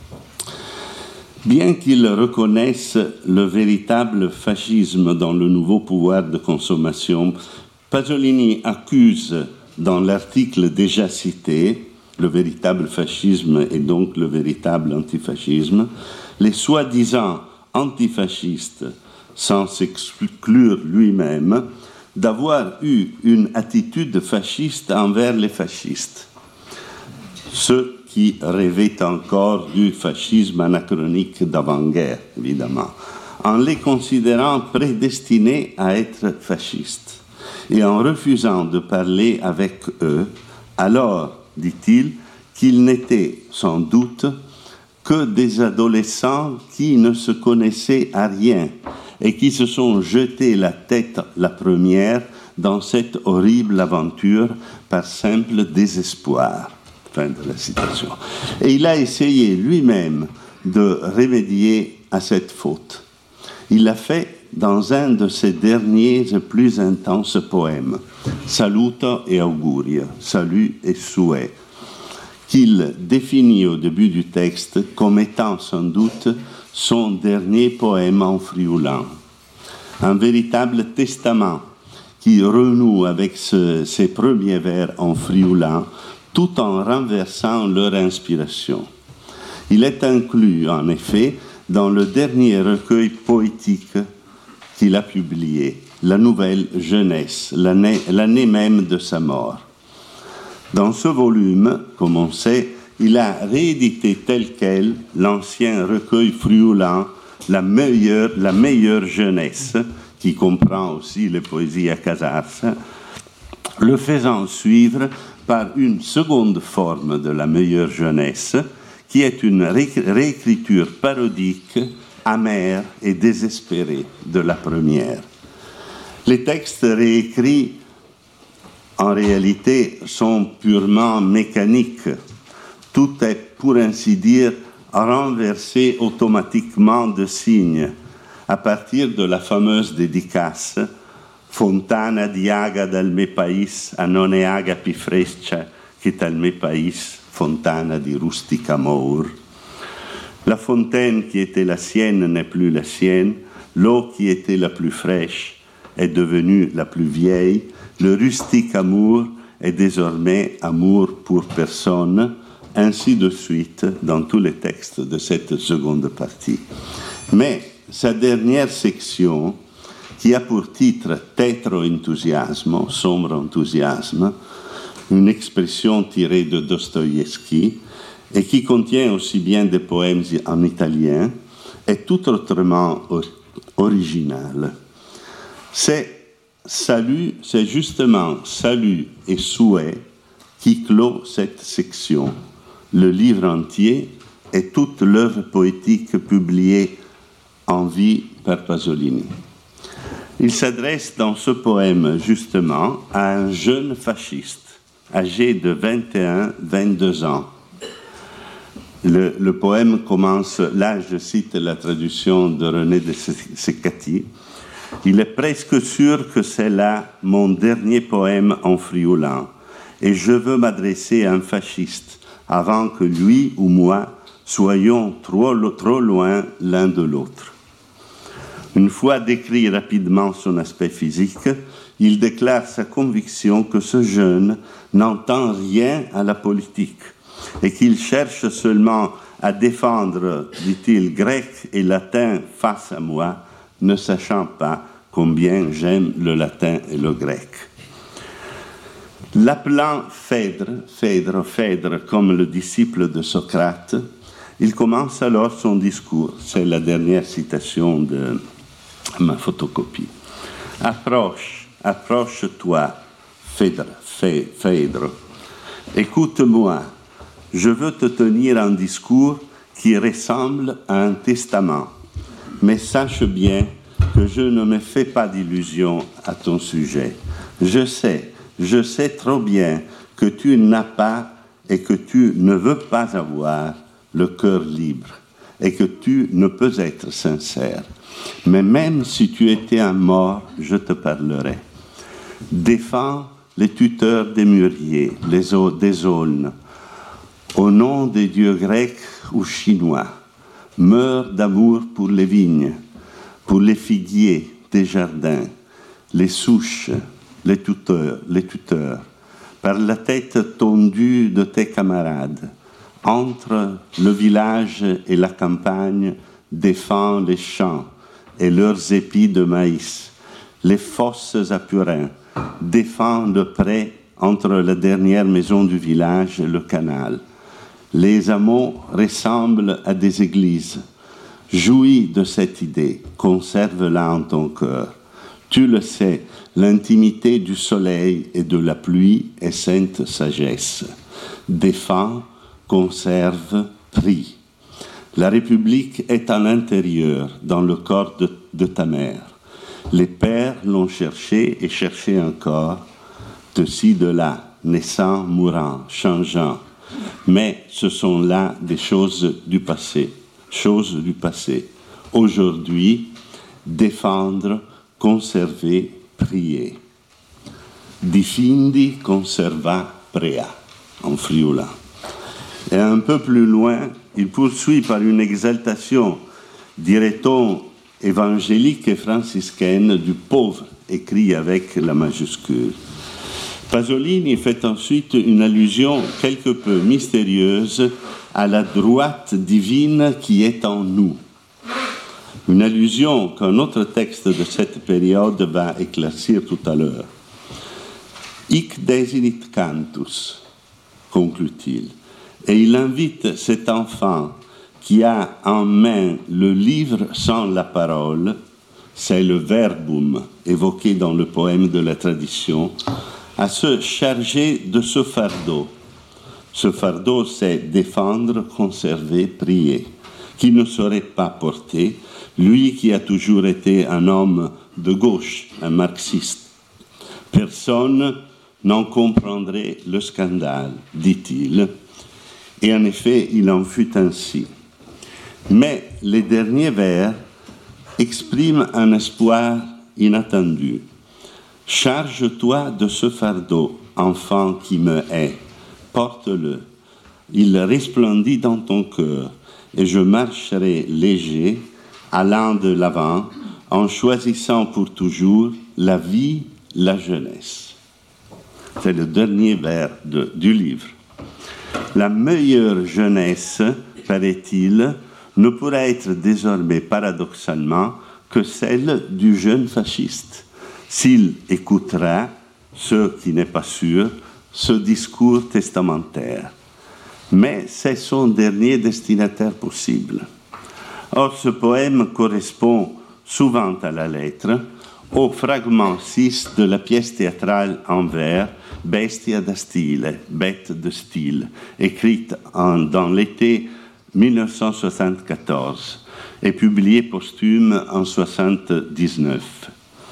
Bien qu'il reconnaisse le véritable fascisme dans le nouveau pouvoir de consommation, Pasolini accuse dans l'article déjà cité, le véritable fascisme et donc le véritable antifascisme, les soi-disant antifascistes, sans s'exclure lui-même, d'avoir eu une attitude fasciste envers les fascistes. Ceux qui rêvaient encore du fascisme anachronique d'avant-guerre, évidemment, en les considérant prédestinés à être fascistes et en refusant de parler avec eux, alors, dit-il, qu'ils n'étaient sans doute que des adolescents qui ne se connaissaient à rien et qui se sont jetés la tête la première dans cette horrible aventure par simple désespoir. Fin de la citation. Et il a essayé lui-même de remédier à cette faute. Il l'a fait dans un de ses derniers et plus intenses poèmes, Saluto e Augurio, Salut et Souhait, qu'il définit au début du texte comme étant sans doute son dernier poème en frioulant, un véritable testament qui renoue avec ce, ses premiers vers en frioulant tout en renversant leur inspiration. Il est inclus, en effet, dans le dernier recueil poétique qu'il a publié, La Nouvelle Jeunesse, l'année, l'année même de sa mort. Dans ce volume, comme on sait, il a réédité tel quel l'ancien recueil Friulan, la meilleure, la meilleure jeunesse, qui comprend aussi les poésies à Casars, le faisant suivre par une seconde forme de la meilleure jeunesse, qui est une ré- réécriture parodique, amère et désespérée de la première. Les textes réécrits, en réalité, sont purement mécaniques. Tout est, pour ainsi dire, renversé automatiquement de signes, à partir de la fameuse dédicace Fontana di aga dal me país, a non è aga pi fresca che dal me país, fontana di rustica mour. La fontaine qui était la sienne n'est plus la sienne, l'eau qui était la plus fraîche est devenue la plus vieille, le rustique amour est désormais amour pour personne, ainsi de suite dans tous les textes de cette seconde partie. Mais sa dernière section, qui a pour titre Tetro entusiasmo, sombre enthousiasme, une expression tirée de Dostoïevski, et qui contient aussi bien des poèmes en italien, est tout autrement original. C'est salut, c'est justement salut et souhait qui clôt cette section. Le livre entier et toute l'œuvre poétique publiée en vie par Pasolini. Il s'adresse dans ce poème justement à un jeune fasciste, âgé de vingt et un à vingt-deux ans. Le, le poème commence, là je cite la traduction de René de Secati, il est presque sûr que c'est là mon dernier poème en friulan, et je veux m'adresser à un fasciste avant que lui ou moi soyons trop, trop loin l'un de l'autre. Une fois décrit rapidement son aspect physique, il déclare sa conviction que ce jeune n'entend rien à la politique et qu'il cherche seulement à défendre, dit-il, grec et latin face à moi, ne sachant pas combien j'aime le latin et le grec. L'appelant Phèdre, Phèdre, Phèdre, comme le disciple de Socrate, il commence alors son discours. C'est la dernière citation de ma photocopie. Approche, approche-toi, Phèdre, Phèdre. Écoute-moi, je veux te tenir un discours qui ressemble à un testament, mais sache bien que je ne me fais pas d'illusions à ton sujet. Je sais, je sais trop bien que tu n'as pas et que tu ne veux pas avoir le cœur libre et que tu ne peux être sincère. Mais même si tu étais un mort, je te parlerai. Défends les tuteurs des mûriers, les eaux des aulnes, au nom des dieux grecs ou chinois. Meurs d'amour pour les vignes, pour les figuiers des jardins, les souches, les tuteurs, les tuteurs, par la tête tondue de tes camarades. Entre le village et la campagne, défends les champs et leurs épis de maïs, les fosses à purin, défends de près entre la dernière maison du village et le canal. Les hameaux ressemblent à des églises. Jouis de cette idée, conserve-la en ton cœur. Tu le sais, l'intimité du soleil et de la pluie est sainte sagesse. Défends, conserve, prie. La République est à l'intérieur, dans le corps de, de ta mère. Les pères l'ont cherché et cherché encore, de ci, de là, naissant, mourant, changeant. Mais ce sont là des choses du passé, choses du passé. Aujourd'hui, défendre, conserver, prier. Difindi conserva prea, en friulan. Et un peu plus loin, il poursuit par une exaltation, dirait-on, évangélique et franciscaine du pauvre, écrit avec la majuscule. Pasolini fait ensuite une allusion quelque peu mystérieuse à la droite divine qui est en nous. Une allusion qu'un autre texte de cette période va éclaircir tout à l'heure. Hic desinit cantus, conclut-il. Et il invite cet enfant qui a en main le livre sans la parole, c'est le verbum évoqué dans le poème de la tradition, à se charger de ce fardeau. Ce fardeau, c'est défendre, conserver, prier, qui ne saurait pas porter, lui qui a toujours été un homme de gauche, un marxiste. Personne n'en comprendrait le scandale, dit-il, et en effet, il en fut ainsi. Mais les derniers vers expriment un espoir inattendu. « Charge-toi de ce fardeau, enfant qui me hait, porte-le. Il resplendit dans ton cœur, et je marcherai léger, allant de l'avant, en choisissant pour toujours la vie, la jeunesse. » C'est le dernier vers de, du livre. La meilleure jeunesse, paraît-il, ne pourra être désormais paradoxalement que celle du jeune fasciste, s'il écoutera, ce qui n'est pas sûr, ce discours testamentaire. Mais c'est son dernier destinataire possible. Or, ce poème correspond souvent à la lettre au fragment six de la pièce théâtrale en vers Bestia da stile, bête de style, écrite en, dans l'été mille neuf cent soixante-quatorze et publiée posthume en mille neuf cent soixante-dix-neuf.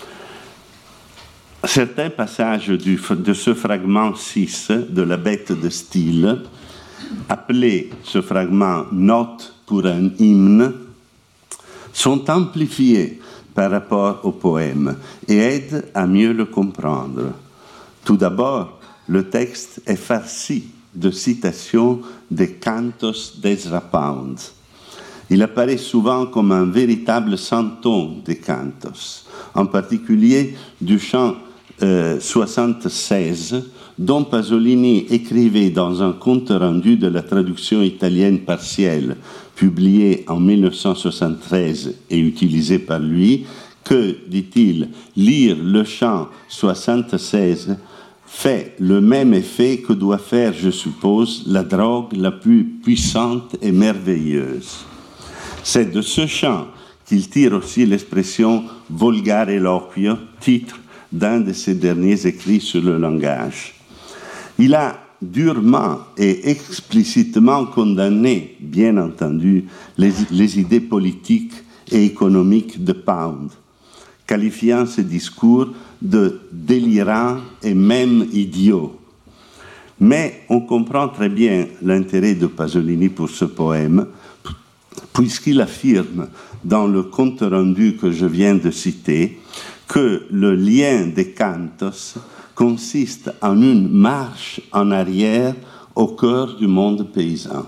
Certains passages du, de ce fragment six de la bête de style, appelé ce fragment note pour un hymne, sont amplifiés par rapport au poème et aident à mieux le comprendre. Tout d'abord, le texte est farci de citations des cantos d'Ezra Pound. Il apparaît souvent comme un véritable centon des cantos, en particulier du chant euh, soixante-seize, dont Pasolini écrivait dans un compte rendu de la traduction italienne partielle, publié en mille neuf cent soixante-treize et utilisé par lui, que, dit-il, lire le chant soixante-seize fait le même effet que doit faire, je suppose, la drogue la plus puissante et merveilleuse. C'est de ce chant qu'il tire aussi l'expression « volgare eloquio », titre d'un de ses derniers écrits sur le langage. Il a durement et explicitement condamné, bien entendu, les, les idées politiques et économiques de Pound, qualifiant ce discours de délirant et même idiot. Mais on comprend très bien l'intérêt de Pasolini pour ce poème, puisqu'il affirme dans le compte rendu que je viens de citer que le lien des cantos consiste en une marche en arrière au cœur du monde paysan.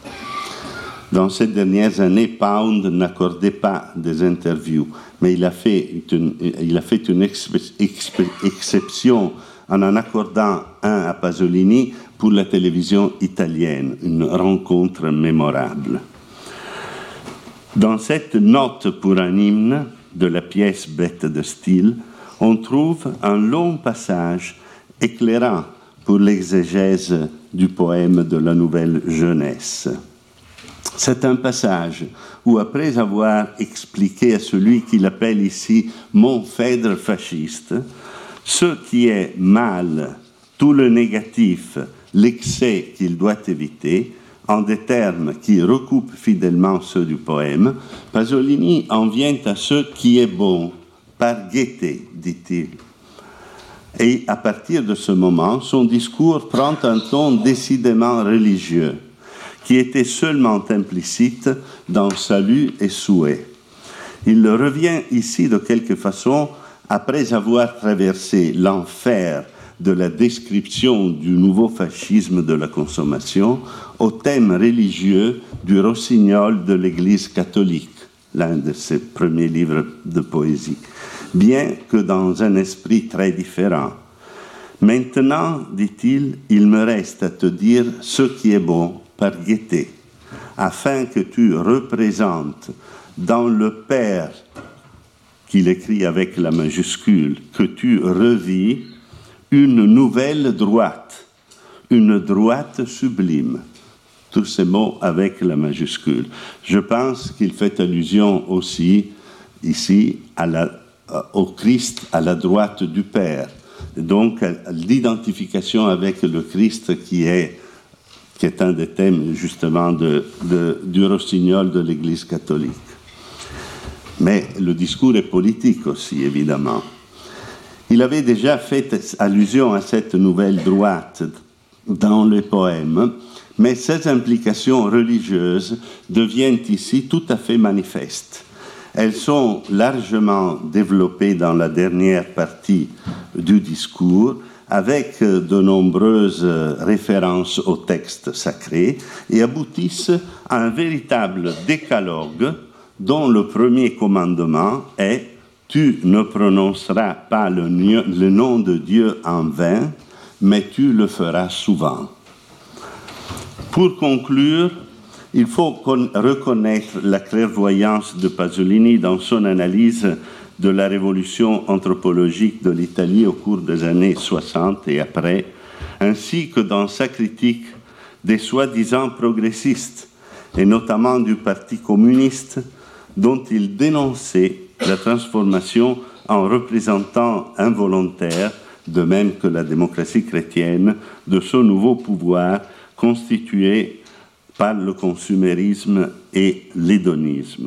Dans ces dernières années, Pound n'accordait pas des interviews, mais il a fait une, il a fait une exp- exp- exception en en accordant un à Pasolini pour la télévision italienne, une rencontre mémorable. Dans cette note pour un hymne de la pièce Bête de style, on trouve un long passage éclairant pour l'exégèse du poème de la Nouvelle Jeunesse. C'est un passage où, après avoir expliqué à celui qu'il appelle ici « mon Phèdre fasciste », ce qui est mal, tout le négatif, l'excès qu'il doit éviter, en des termes qui recoupent fidèlement ceux du poème, Pasolini en vient à ce qui est bon, par gaieté, dit-il. Et à partir de ce moment, son discours prend un ton décidément religieux, qui était seulement implicite dans salut et souhait. Il revient ici de quelque façon après avoir traversé l'enfer de la description du nouveau fascisme de la consommation au thème religieux du Rossignol de l'Église catholique, l'un de ses premiers livres de poésie, bien que dans un esprit très différent. Maintenant, dit-il, il me reste à te dire ce qui est bon par gaieté, afin que tu représentes dans le Père, qu'il écrit avec la majuscule, que tu revis une nouvelle droite, une droite sublime. Tous ces mots avec la majuscule. Je pense qu'il fait allusion aussi, ici, à la, au Christ à la droite du Père. Donc, à l'identification avec le Christ qui est, qui est un des thèmes, justement, de, de, du rossignol de l'Église catholique. Mais le discours est politique aussi, évidemment. Il avait déjà fait allusion à cette nouvelle droite dans les poèmes, mais ces implications religieuses deviennent ici tout à fait manifestes. Elles sont largement développées dans la dernière partie du discours, avec de nombreuses références aux textes sacrés, et aboutissent à un véritable décalogue dont le premier commandement est « Tu ne prononceras pas le, le nom de Dieu en vain, mais tu le feras souvent. » Pour conclure, il faut reconnaître la clairvoyance de Pasolini dans son analyse de la révolution anthropologique de l'Italie au cours des années soixante et après, ainsi que dans sa critique des soi-disant progressistes, et notamment du Parti communiste, dont il dénonçait la transformation en représentant involontaire, de même que la démocratie chrétienne, de ce nouveau pouvoir constitué par le consumérisme et l'hédonisme.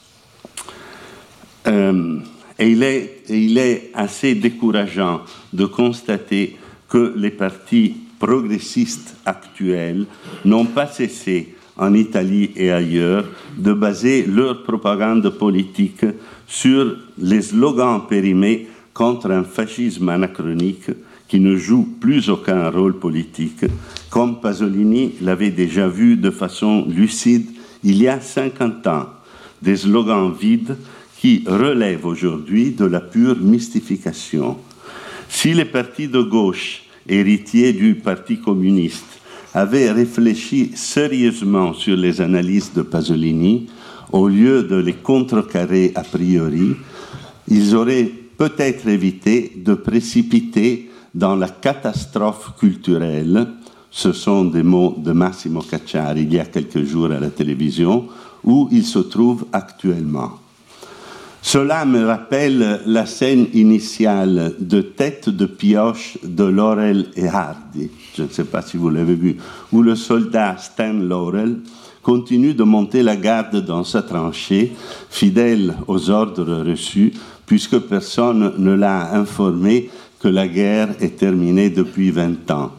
Euh, et il est, il est assez décourageant de constater que les partis progressistes actuels n'ont pas cessé, en Italie et ailleurs, de baser leur propagande politique sur les slogans périmés contre un fascisme anachronique qui ne joue plus aucun rôle politique, comme Pasolini l'avait déjà vu de façon lucide il y a cinquante ans, des slogans vides qui relèvent aujourd'hui de la pure mystification. Si les partis de gauche, héritiers du Parti communiste, avaient réfléchi sérieusement sur les analyses de Pasolini, au lieu de les contrecarrer a priori, ils auraient peut-être évité de précipiter dans la catastrophe culturelle, ce sont des mots de Massimo Cacciari il y a quelques jours à la télévision, où il se trouve actuellement. Cela me rappelle la scène initiale de Tête de pioche de Laurel et Hardy, je ne sais pas si vous l'avez vu, où le soldat Stan Laurel continue de monter la garde dans sa tranchée, fidèle aux ordres reçus, puisque personne ne l'a informé que la guerre est terminée depuis vingt ans.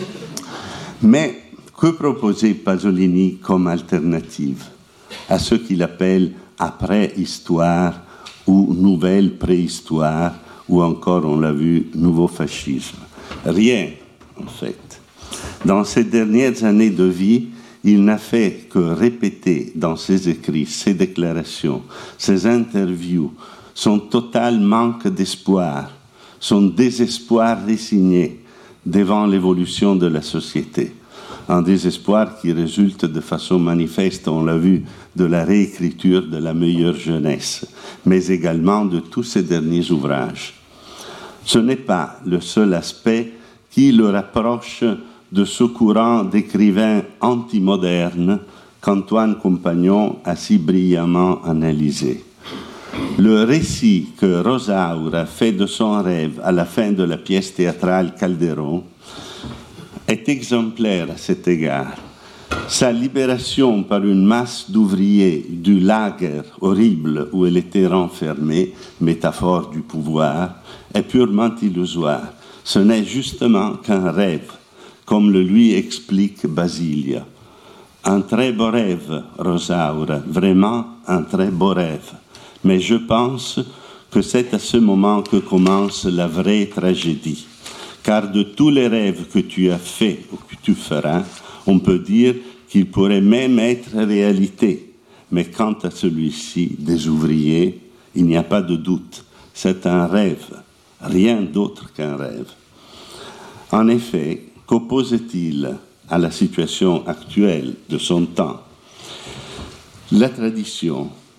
Mais que proposait Pasolini comme alternative à ce qu'il appelle après-histoire ou nouvelle préhistoire, ou encore, on l'a vu, nouveau fascisme? Rien, en fait. Dans ces dernières années de vie, il n'a fait que répéter dans ses écrits, ses déclarations, ses interviews, son total manque d'espoir, son désespoir résigné devant l'évolution de la société. Un désespoir qui résulte de façon manifeste, on l'a vu, de la réécriture de La meilleure jeunesse, mais également de tous ses derniers ouvrages. Ce n'est pas le seul aspect qui le rapproche de ce courant d'écrivains antimodernes qu'Antoine Compagnon a si brillamment analysé. Le récit que Rosaura fait de son rêve à la fin de la pièce théâtrale Calderon est exemplaire à cet égard. Sa libération par une masse d'ouvriers du lager horrible où elle était renfermée, métaphore du pouvoir, est purement illusoire. Ce n'est justement qu'un rêve, comme le lui explique Basilia. Un très beau rêve, Rosaura, vraiment un très beau rêve. Mais je pense que c'est à ce moment que commence la vraie tragédie. Car de tous les rêves que tu as faits ou que tu feras, on peut dire qu'il pourrait même être réalité. Mais quant à celui-ci, des ouvriers, il n'y a pas de doute. C'est un rêve, rien d'autre qu'un rêve. En effet, qu'oppose-t-il à la situation actuelle de son temps? La tradition,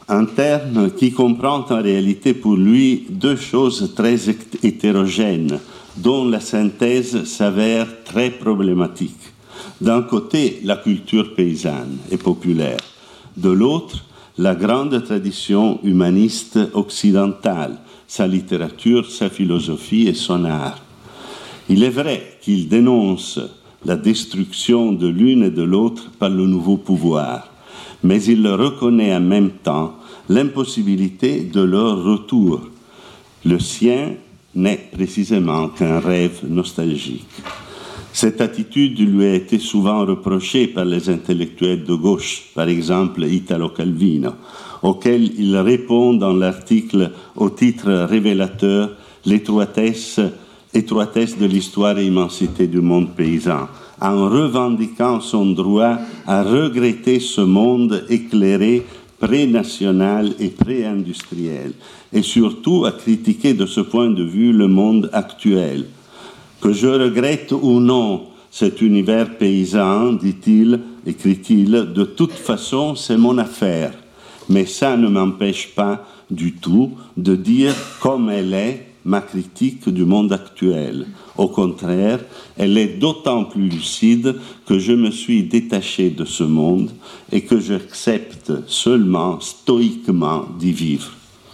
un terme qui comprend en réalité pour lui deux choses très hétérogènes, dont la synthèse s'avère très problématique. D'un côté, la culture paysanne et populaire, de l'autre, la grande tradition humaniste occidentale, sa littérature, sa philosophie et son art. Il est vrai qu'il dénonce la destruction de l'une et de l'autre par le nouveau pouvoir, mais il reconnaît en même temps l'impossibilité de leur retour. Le sien n'est précisément qu'un rêve nostalgique. Cette attitude lui a été souvent reprochée par les intellectuels de gauche, par exemple Italo Calvino, auquel il répond dans l'article au titre révélateur « L'étroitesse étroitesse de l'histoire et immensité du monde paysan », en revendiquant son droit à regretter ce monde éclairé, pré-national et pré-industriel, et surtout à critiquer de ce point de vue le monde actuel. Que je regrette ou non cet univers paysan, dit-il, écrit-il, de toute façon c'est mon affaire, mais ça ne m'empêche pas du tout de dire comme elle est ma critique du monde actuel. Au contraire, elle est d'autant plus lucide que je me suis détaché de ce monde et que j'accepte seulement stoïquement d'y vivre.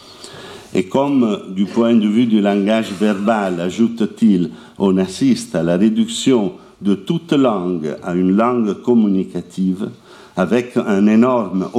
Et comme, du point de vue du langage verbal, ajoute-t-il, on assiste à la réduction de toute langue à une langue communicative, avec un énorme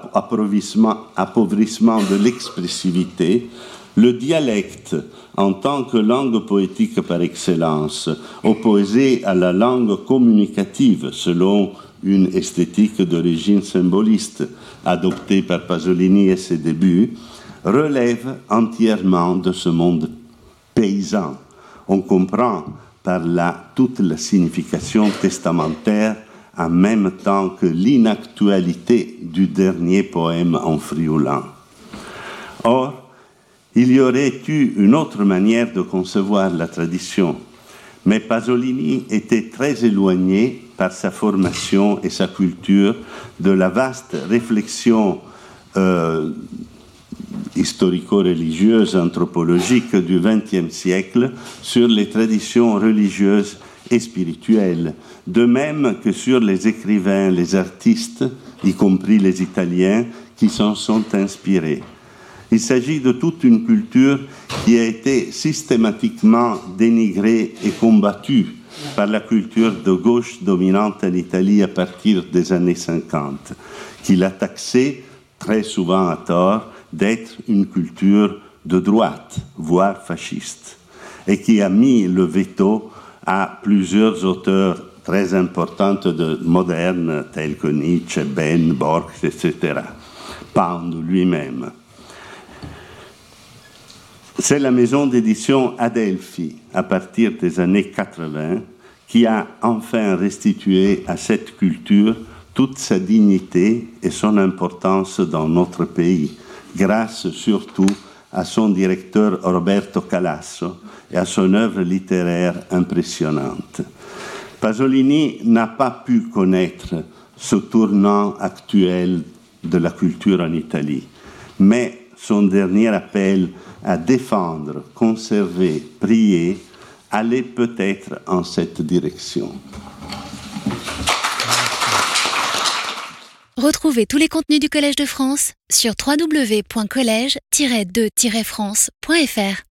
appauvrissement de l'expressivité, le dialecte, en tant que langue poétique par excellence, opposée à la langue communicative selon une esthétique d'origine symboliste adoptée par Pasolini à ses débuts, relève entièrement de ce monde paysan. On comprend par là toute la signification testamentaire en même temps que l'inactualité du dernier poème en frioulant. Or, il y aurait eu une autre manière de concevoir la tradition, mais Pasolini était très éloigné par sa formation et sa culture de la vaste réflexion euh, historico-religieuse, anthropologique du vingtième siècle sur les traditions religieuses et spirituelles, de même que sur les écrivains, les artistes, y compris les Italiens, qui s'en sont inspirés. Il s'agit de toute une culture qui a été systématiquement dénigrée et combattue par la culture de gauche dominante en Italie à partir des années cinquante, qui l'a taxée, très souvent à tort, d'être une culture de droite, voire fasciste, et qui a mis le veto à plusieurs auteurs très importants de modernes, tels que Nietzsche, Ben, Borges, et cetera, Pound lui-même. C'est la maison d'édition Adelphi, à partir des années quatre-vingts, qui a enfin restitué à cette culture toute sa dignité et son importance dans notre pays, grâce surtout à son directeur Roberto Calasso et à son œuvre littéraire impressionnante. Pasolini n'a pas pu connaître ce tournant actuel de la culture en Italie, mais son dernier appel à défendre, conserver, prier, allait peut-être en cette direction. Retrouvez tous les contenus du Collège de France sur w w w point collège tiret de tiret france point f r.